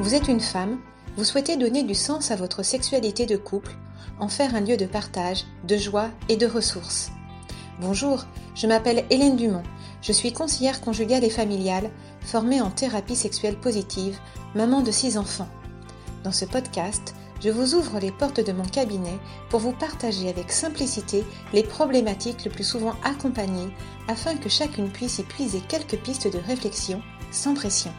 Vous êtes une femme, vous souhaitez donner du sens à votre sexualité de couple, en faire un lieu de partage, de joie et de ressources. Bonjour, je m'appelle Hélène Dumont, je suis conseillère conjugale et familiale, formée en thérapie sexuelle positive, maman de 6 enfants. Dans ce podcast, je vous ouvre les portes de mon cabinet pour vous partager avec simplicité les problématiques le plus souvent accompagnées afin que chacune puisse y puiser quelques pistes de réflexion sans pression.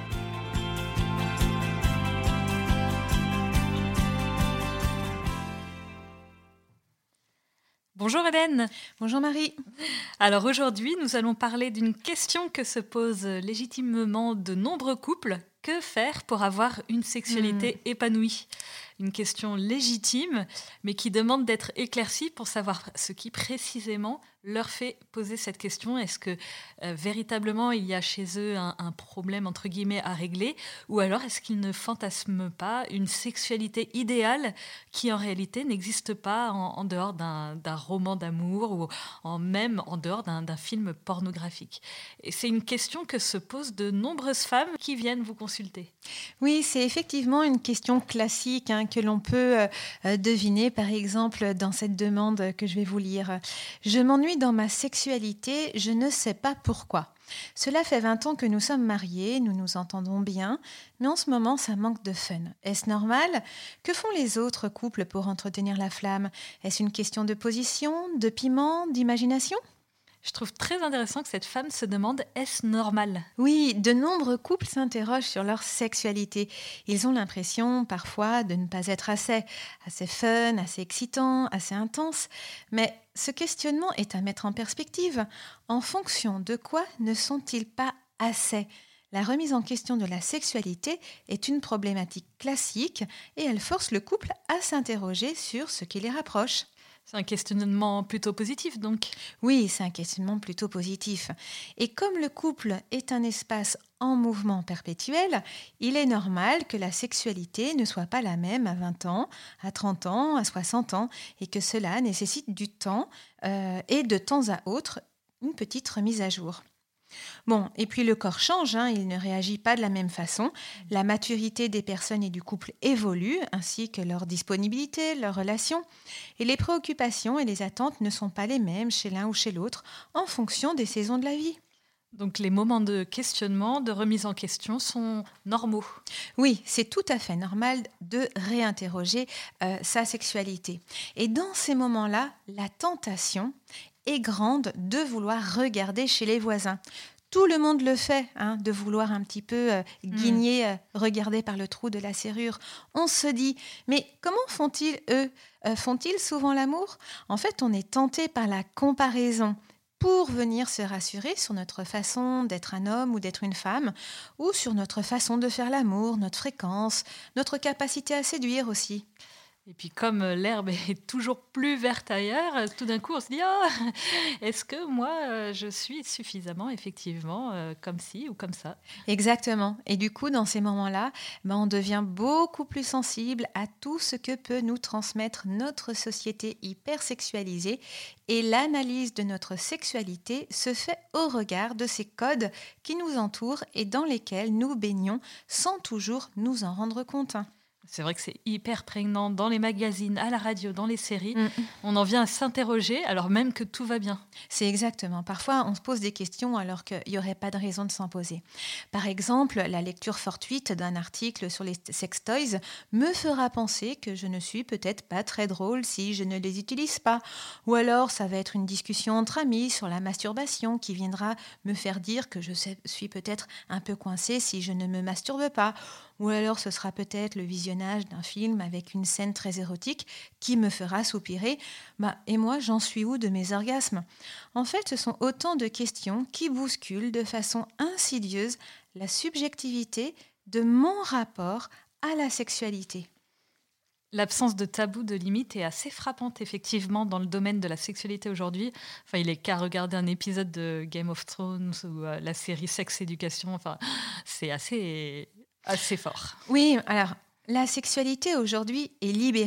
Bonjour Hélène. Bonjour Marie. Alors aujourd'hui, nous allons parler d'une question que se posent légitimement de nombreux couples. Que faire pour avoir une sexualité épanouie ? Une question légitime, mais qui demande d'être éclaircie pour savoir ce qui précisément leur fait poser cette question. Est-ce que véritablement il y a chez eux un problème entre guillemets à régler, ou alors est-ce qu'ils ne fantasment pas une sexualité idéale qui en réalité n'existe pas en dehors d'un roman d'amour ou même en dehors d'un film pornographique ? Et c'est une question que se posent de nombreuses femmes qui viennent vous consulter. Oui, c'est effectivement une question classique que l'on peut deviner, par exemple, dans cette demande que je vais vous lire. Je m'ennuie dans ma sexualité, je ne sais pas pourquoi. Cela fait 20 ans que nous sommes mariés, nous nous entendons bien, mais en ce moment, ça manque de fun. Est-ce normal ? Que font les autres couples pour entretenir la flamme ? Est-ce une question de position, de piment, d'imagination ? Je trouve très intéressant que cette femme se demande « est-ce normal ?» Oui, de nombreux couples s'interrogent sur leur sexualité. Ils ont l'impression parfois de ne pas être assez fun, assez excitant, assez intense. Mais ce questionnement est à mettre en perspective. En fonction de quoi ne sont-ils pas assez ? La remise en question de la sexualité est une problématique classique et elle force le couple à s'interroger sur ce qui les rapproche. C'est un questionnement plutôt positif, donc. Oui, c'est un questionnement plutôt positif. Et comme le couple est un espace en mouvement perpétuel, il est normal que la sexualité ne soit pas la même à 20 ans, à 30 ans, à 60 ans, et que cela nécessite du temps et de temps à autre une petite remise à jour. Bon, et puis le corps change, il ne réagit pas de la même façon. La maturité des personnes et du couple évolue, ainsi que leur disponibilité, leurs relations. Et les préoccupations et les attentes ne sont pas les mêmes chez l'un ou chez l'autre, en fonction des saisons de la vie. Donc les moments de questionnement, de remise en question sont normaux. Oui, c'est tout à fait normal de réinterroger sa sexualité. Et dans ces moments-là, la tentation est grande de vouloir regarder chez les voisins. Tout le monde le fait, de vouloir un petit peu guigner, regarder par le trou de la serrure. On se dit, mais comment font-ils, eux ? Font-ils souvent l'amour ? En fait, on est tenté par la comparaison pour venir se rassurer sur notre façon d'être un homme ou d'être une femme, ou sur notre façon de faire l'amour, notre fréquence, notre capacité à séduire aussi. Et puis comme l'herbe est toujours plus verte ailleurs, tout d'un coup on se dit « Ah, est-ce que moi je suis suffisamment effectivement comme ci ou comme ça ?» Exactement. Et du coup, dans ces moments-là, on devient beaucoup plus sensible à tout ce que peut nous transmettre notre société hypersexualisée. Et l'analyse de notre sexualité se fait au regard de ces codes qui nous entourent et dans lesquels nous baignons sans toujours nous en rendre compte. C'est vrai que c'est hyper prégnant dans les magazines, à la radio, dans les séries. On en vient à s'interroger alors même que tout va bien. C'est exactement. Parfois, on se pose des questions alors qu'il n'y aurait pas de raison de s'en poser. Par exemple, la lecture fortuite d'un article sur les sextoys me fera penser que je ne suis peut-être pas très drôle si je ne les utilise pas. Ou alors, ça va être une discussion entre amis sur la masturbation qui viendra me faire dire que je suis peut-être un peu coincée si je ne me masturbe pas. Ou alors ce sera peut-être le visionnage d'un film avec une scène très érotique qui me fera soupirer. Et moi, j'en suis où de mes orgasmes ? En fait, ce sont autant de questions qui bousculent de façon insidieuse la subjectivité de mon rapport à la sexualité. L'absence de tabou, de limite est assez frappante effectivement dans le domaine de la sexualité aujourd'hui. Enfin, il est qu'à regarder un épisode de Game of Thrones ou la série Sex Education. Enfin, c'est assez fort. Oui, alors la sexualité aujourd'hui est libérée.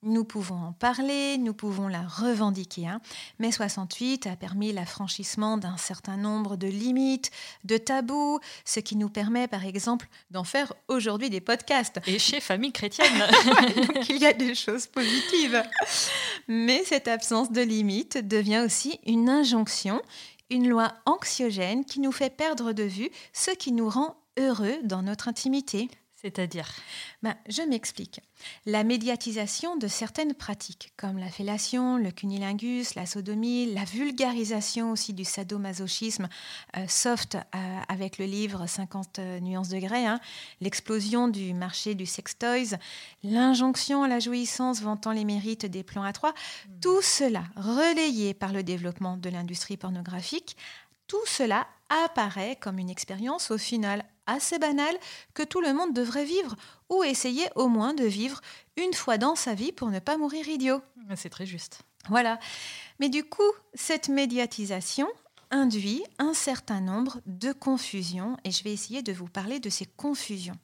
Nous pouvons en parler, nous pouvons la revendiquer. Mai 68 a permis l'affranchissement d'un certain nombre de limites, de tabous, ce qui nous permet par exemple d'en faire aujourd'hui des podcasts. Et chez Famille Chrétienne. Donc il y a des choses positives. Mais cette absence de limites devient aussi une injonction, une loi anxiogène qui nous fait perdre de vue ce qui nous rend heureux dans notre intimité. C'est-à-dire ? Je m'explique. La médiatisation de certaines pratiques, comme la fellation, le cunnilingus, la sodomie, la vulgarisation aussi du sadomasochisme soft avec le livre 50 nuances de Grey, l'explosion du marché du sex-toys, l'injonction à la jouissance vantant les mérites des plans à trois, tout cela relayé par le développement de l'industrie pornographique, tout cela apparaît comme une expérience au final assez banale que tout le monde devrait vivre ou essayer au moins de vivre une fois dans sa vie pour ne pas mourir idiot. C'est très juste. Voilà. Mais du coup, cette médiatisation induit un certain nombre de confusions et je vais essayer de vous parler de ces confusions.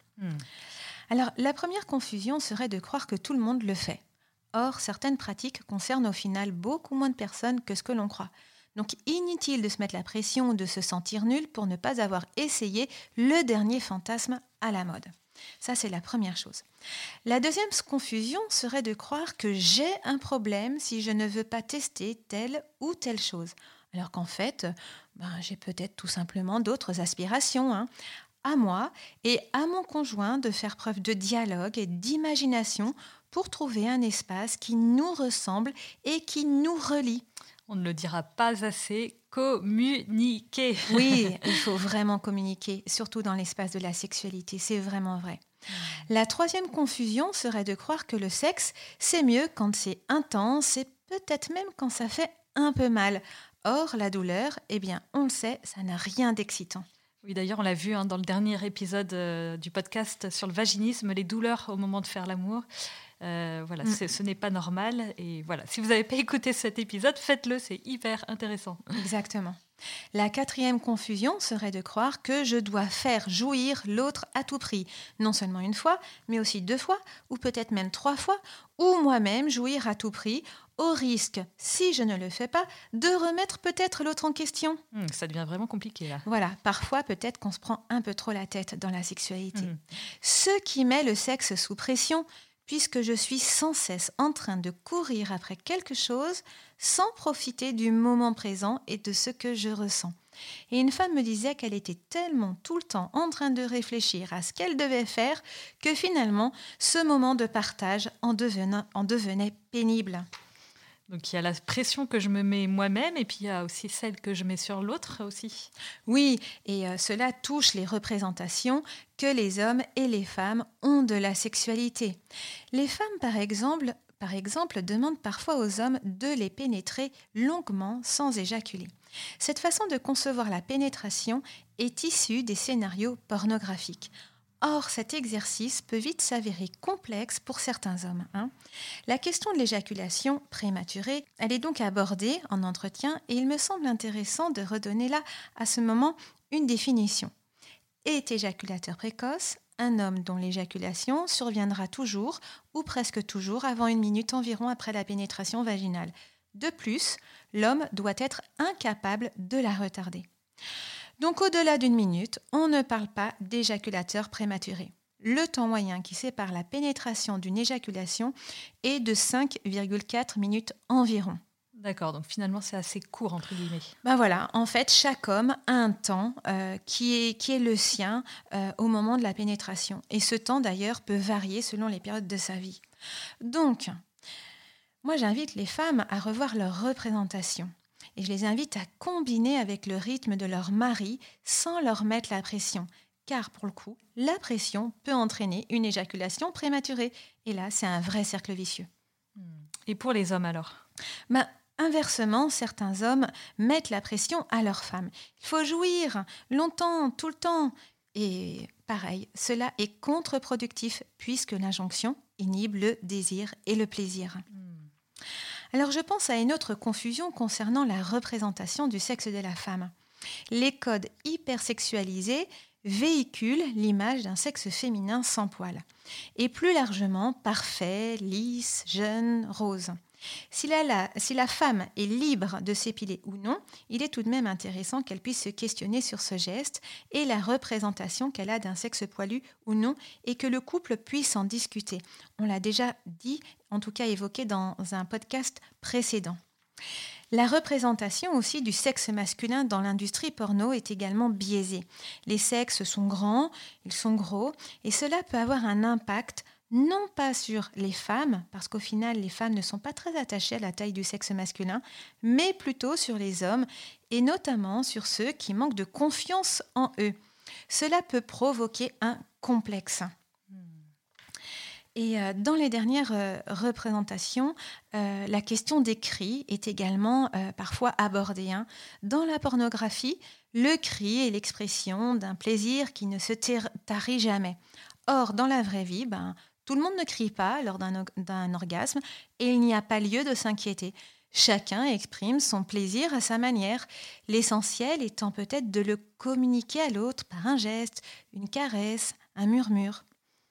Alors, la première confusion serait de croire que tout le monde le fait. Or, certaines pratiques concernent au final beaucoup moins de personnes que ce que l'on croit. Donc, inutile de se mettre la pression ou de se sentir nul pour ne pas avoir essayé le dernier fantasme à la mode. Ça, c'est la première chose. La deuxième confusion serait de croire que j'ai un problème si je ne veux pas tester telle ou telle chose. Alors qu'en fait, j'ai peut-être tout simplement d'autres aspirations, à moi et à mon conjoint de faire preuve de dialogue et d'imagination pour trouver un espace qui nous ressemble et qui nous relie. On ne le dira pas assez, communiquer. Oui, il faut vraiment communiquer, surtout dans l'espace de la sexualité, c'est vraiment vrai. La troisième confusion serait de croire que le sexe, c'est mieux quand c'est intense et peut-être même quand ça fait un peu mal. Or, la douleur, on le sait, ça n'a rien d'excitant. Oui, d'ailleurs, on l'a vu dans le dernier épisode du podcast sur le vaginisme, les douleurs au moment de faire l'amour. Ce n'est pas normal. Et voilà, si vous n'avez pas écouté cet épisode, faites-le, c'est hyper intéressant. Exactement. La quatrième confusion serait de croire que je dois faire jouir l'autre à tout prix, non seulement une fois, mais aussi 2 fois, ou peut-être même 3 fois, ou moi-même jouir à tout prix, au risque, si je ne le fais pas, de remettre peut-être l'autre en question. Ça devient vraiment compliqué là. Voilà, parfois peut-être qu'on se prend un peu trop la tête dans la sexualité. Ce qui met le sexe sous pression, puisque je suis sans cesse en train de courir après quelque chose sans profiter du moment présent et de ce que je ressens. Et une femme me disait qu'elle était tellement tout le temps en train de réfléchir à ce qu'elle devait faire que finalement, ce moment de partage en devenait pénible. Donc il y a la pression que je me mets moi-même et puis il y a aussi celle que je mets sur l'autre aussi. Oui, et cela touche les représentations que les hommes et les femmes ont de la sexualité. Les femmes, par exemple, demandent parfois aux hommes de les pénétrer longuement sans éjaculer. Cette façon de concevoir la pénétration est issue des scénarios pornographiques. Or, cet exercice peut vite s'avérer complexe pour certains hommes. La question de l'éjaculation prématurée, elle est donc abordée en entretien et il me semble intéressant de redonner là, à ce moment, une définition. Est éjaculateur précoce un homme dont l'éjaculation surviendra toujours ou presque toujours avant 1 minute environ après la pénétration vaginale. De plus, l'homme doit être incapable de la retarder. Donc au-delà d'1 minute, on ne parle pas d'éjaculateur prématuré. Le temps moyen qui sépare la pénétration d'une éjaculation est de 5,4 minutes environ. D'accord, donc finalement c'est assez court entre guillemets. Voilà, en fait chaque homme a un temps qui est le sien au moment de la pénétration. Et ce temps d'ailleurs peut varier selon les périodes de sa vie. Donc, moi j'invite les femmes à revoir leur représentation. Et je les invite à combiner avec le rythme de leur mari sans leur mettre la pression. Car pour le coup, la pression peut entraîner une éjaculation prématurée. Et là, c'est un vrai cercle vicieux. Et pour les hommes alors ? Inversement, certains hommes mettent la pression à leurs femmes. Il faut jouir longtemps, tout le temps. Et pareil, cela est contre-productif puisque l'injonction inhibe le désir et le plaisir. Alors je pense à une autre confusion concernant la représentation du sexe de la femme. Les codes hypersexualisés véhicule l'image d'un sexe féminin sans poils. Et plus largement, parfait, lisse, jeune, rose. Si la femme est libre de s'épiler ou non, il est tout de même intéressant qu'elle puisse se questionner sur ce geste et la représentation qu'elle a d'un sexe poilu ou non, et que le couple puisse en discuter. On l'a déjà dit, en tout cas évoqué dans un podcast précédent. La représentation aussi du sexe masculin dans l'industrie porno est également biaisée. Les sexes sont grands, ils sont gros, et cela peut avoir un impact non pas sur les femmes, parce qu'au final, les femmes ne sont pas très attachées à la taille du sexe masculin, mais plutôt sur les hommes, et notamment sur ceux qui manquent de confiance en eux. Cela peut provoquer un complexe. Et dans les dernières représentations, la question des cris est également parfois abordée. Dans la pornographie, le cri est l'expression d'un plaisir qui ne se tarit jamais. Or, dans la vraie vie, tout le monde ne crie pas lors d'un orgasme et il n'y a pas lieu de s'inquiéter. Chacun exprime son plaisir à sa manière, l'essentiel étant peut-être de le communiquer à l'autre par un geste, une caresse, un murmure.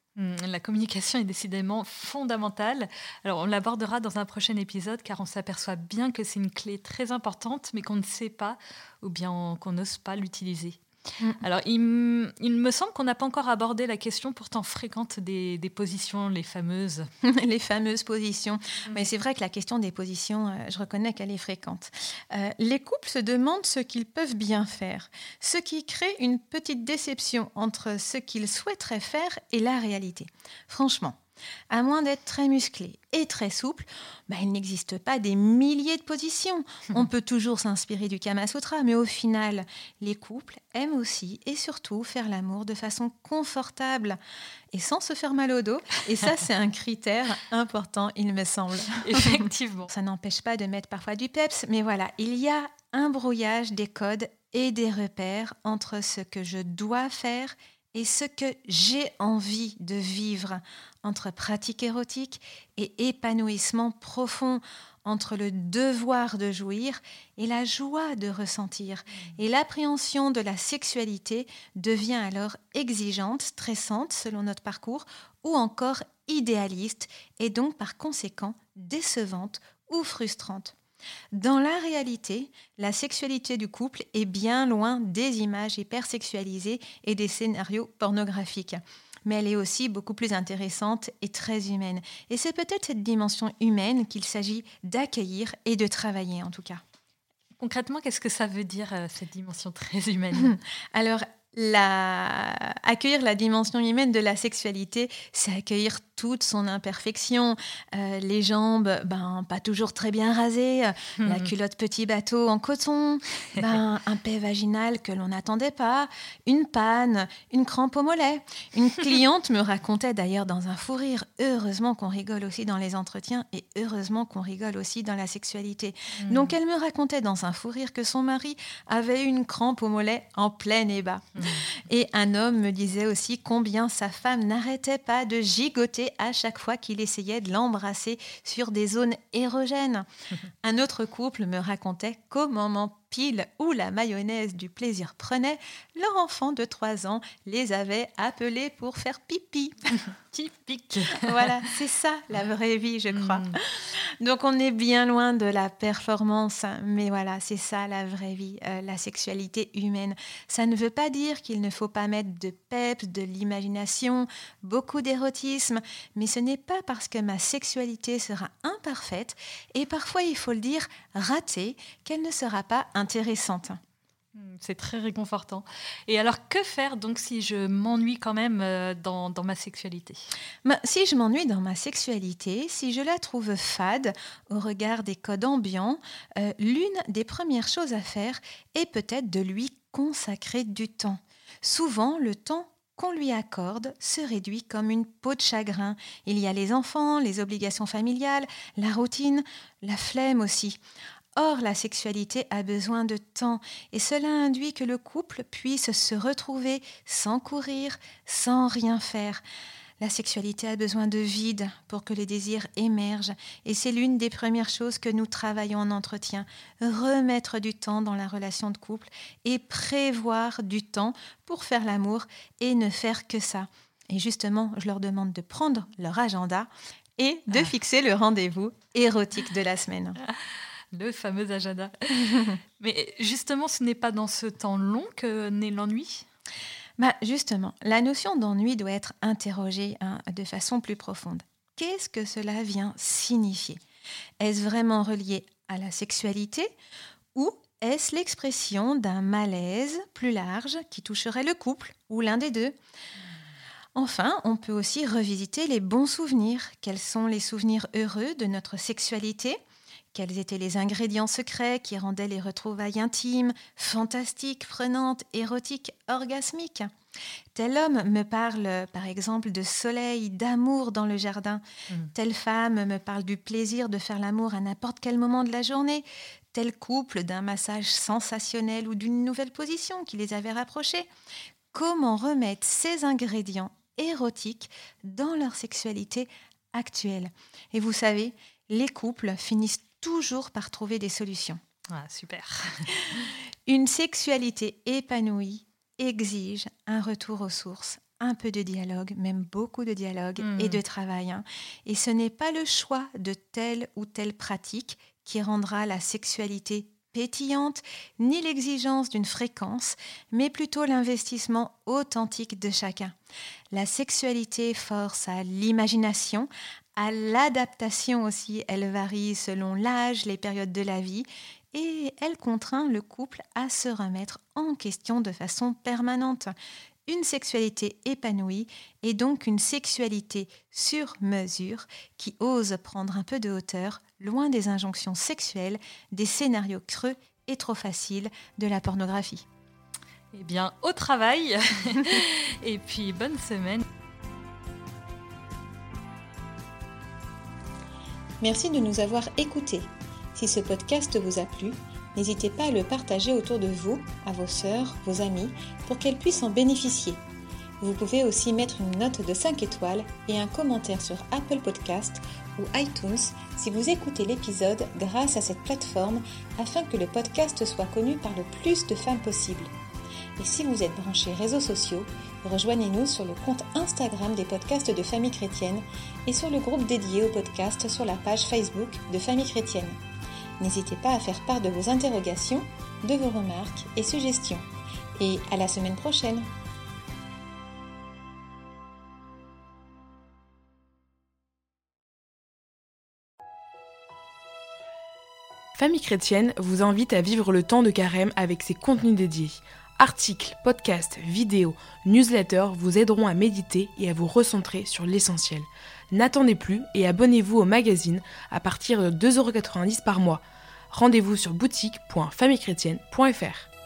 La communication est décidément fondamentale. Alors, on l'abordera dans un prochain épisode car on s'aperçoit bien que c'est une clé très importante mais qu'on ne sait pas ou bien qu'on n'ose pas l'utiliser. Alors, il me semble qu'on n'a pas encore abordé la question pourtant fréquente des positions, les fameuses. Les fameuses positions. Mais c'est vrai que la question des positions, je reconnais qu'elle est fréquente. Les couples se demandent ce qu'ils peuvent bien faire, ce qui crée une petite déception entre ce qu'ils souhaiteraient faire et la réalité. Franchement, à moins d'être très musclé et très souple, il n'existe pas des milliers de positions. On peut toujours s'inspirer du Kama Sutra, mais au final, les couples aiment aussi et surtout faire l'amour de façon confortable et sans se faire mal au dos. Et ça, c'est un critère important, il me semble. Effectivement. Ça n'empêche pas de mettre parfois du peps, mais voilà, il y a un brouillage des codes et des repères entre ce que je dois faire et ce que j'ai envie de vivre, entre pratique érotique et épanouissement profond, entre le devoir de jouir et la joie de ressentir. Et l'appréhension de la sexualité devient alors exigeante, stressante selon notre parcours, ou encore idéaliste, et donc par conséquent décevante ou frustrante. Dans la réalité, la sexualité du couple est bien loin des images hypersexualisées et des scénarios pornographiques. Mais elle est aussi beaucoup plus intéressante et très humaine. Et c'est peut-être cette dimension humaine qu'il s'agit d'accueillir et de travailler en tout cas. Concrètement, qu'est-ce que ça veut dire, cette dimension très humaine ? Alors, accueillir la dimension humaine de la sexualité, c'est accueillir toute son imperfection. Les jambes, pas toujours très bien rasées, la culotte petit bateau en coton, un paix vaginal que l'on n'attendait pas, une panne, une crampe au mollet. Une cliente me racontait d'ailleurs dans un fou rire, heureusement qu'on rigole aussi dans les entretiens et heureusement qu'on rigole aussi dans la sexualité. Donc elle me racontait dans un fou rire que son mari avait une crampe au mollet en plein ébat. Et un homme me disait aussi combien sa femme n'arrêtait pas de gigoter à chaque fois qu'il essayait de l'embrasser sur des zones érogènes. Un autre couple me racontait qu'au moment pile où la mayonnaise du plaisir prenait, leur enfant de 3 ans les avait appelés pour faire pipi. Typique. Voilà, c'est ça la vraie vie, je crois. Donc on est bien loin de la performance, mais voilà, c'est ça la vraie vie, la sexualité humaine. Ça ne veut pas dire qu'il ne faut pas mettre de peps, de l'imagination, beaucoup d'érotisme, mais ce n'est pas parce que ma sexualité sera imparfaite, et parfois il faut le dire, ratée, qu'elle ne sera pas intéressante. C'est très réconfortant. Et alors, que faire donc si je m'ennuie quand même dans ma sexualité ? Si je m'ennuie dans ma sexualité, si je la trouve fade au regard des codes ambiants, l'une des premières choses à faire est peut-être de lui consacrer du temps. Souvent, le temps qu'on lui accorde se réduit comme une peau de chagrin. Il y a les enfants, les obligations familiales, la routine, la flemme aussi. Or, la sexualité a besoin de temps et cela induit que le couple puisse se retrouver sans courir, sans rien faire. La sexualité a besoin de vide pour que les désirs émergent et c'est l'une des premières choses que nous travaillons en entretien. Remettre du temps dans la relation de couple et prévoir du temps pour faire l'amour et ne faire que ça. Et justement, je leur demande de prendre leur agenda et de fixer le rendez-vous érotique de la semaine. Le fameux agenda. Mais justement, ce n'est pas dans ce temps long que naît l'ennui ? Justement, la notion d'ennui doit être interrogée de façon plus profonde. Qu'est-ce que cela vient signifier ? Est-ce vraiment relié à la sexualité ou est-ce l'expression d'un malaise plus large qui toucherait le couple ou l'un des deux ? Enfin, on peut aussi revisiter les bons souvenirs. Quels sont les souvenirs heureux de notre sexualité ? Quels étaient les ingrédients secrets qui rendaient les retrouvailles intimes, fantastiques, prenantes, érotiques, orgasmiques ? Tel homme me parle, par exemple, de soleil, d'amour dans le jardin. Telle femme me parle du plaisir de faire l'amour à n'importe quel moment de la journée. Tel couple d'un massage sensationnel ou d'une nouvelle position qui les avait rapprochés. Comment remettre ces ingrédients érotiques dans leur sexualité actuelle ? Et vous savez, les couples finissent toujours par trouver des solutions. Ah, super. Une sexualité épanouie exige un retour aux sources, un peu de dialogue, même beaucoup de dialogue et de travail. Et ce n'est pas le choix de telle ou telle pratique qui rendra la sexualité pétillante, ni l'exigence d'une fréquence, mais plutôt l'investissement authentique de chacun. La sexualité force à l'imagination, à l'adaptation aussi. Elle varie selon l'âge, les périodes de la vie et elle contraint le couple à se remettre en question de façon permanente. Une sexualité épanouie est donc une sexualité sur mesure qui ose prendre un peu de hauteur, loin des injonctions sexuelles, des scénarios creux et trop faciles de la pornographie. Eh bien, au travail et puis bonne semaine. Merci de nous avoir écoutés. Si ce podcast vous a plu, n'hésitez pas à le partager autour de vous, à vos sœurs, vos amis, pour qu'elles puissent en bénéficier. Vous pouvez aussi mettre une note de 5 étoiles et un commentaire sur Apple Podcast ou iTunes si vous écoutez l'épisode grâce à cette plateforme afin que le podcast soit connu par le plus de femmes possible. Et si vous êtes branchés réseaux sociaux, rejoignez-nous sur le compte Instagram des podcasts de Famille Chrétienne et sur le groupe dédié au podcast sur la page Facebook de Famille Chrétienne. N'hésitez pas à faire part de vos interrogations, de vos remarques et suggestions. Et à la semaine prochaine! Famille Chrétienne vous invite à vivre le temps de carême avec ses contenus dédiés. Articles, podcasts, vidéos, newsletters vous aideront à méditer et à vous recentrer sur l'essentiel. N'attendez plus et abonnez-vous au magazine à partir de 2,90 € par mois. Rendez-vous sur boutique.famillechrétienne.fr.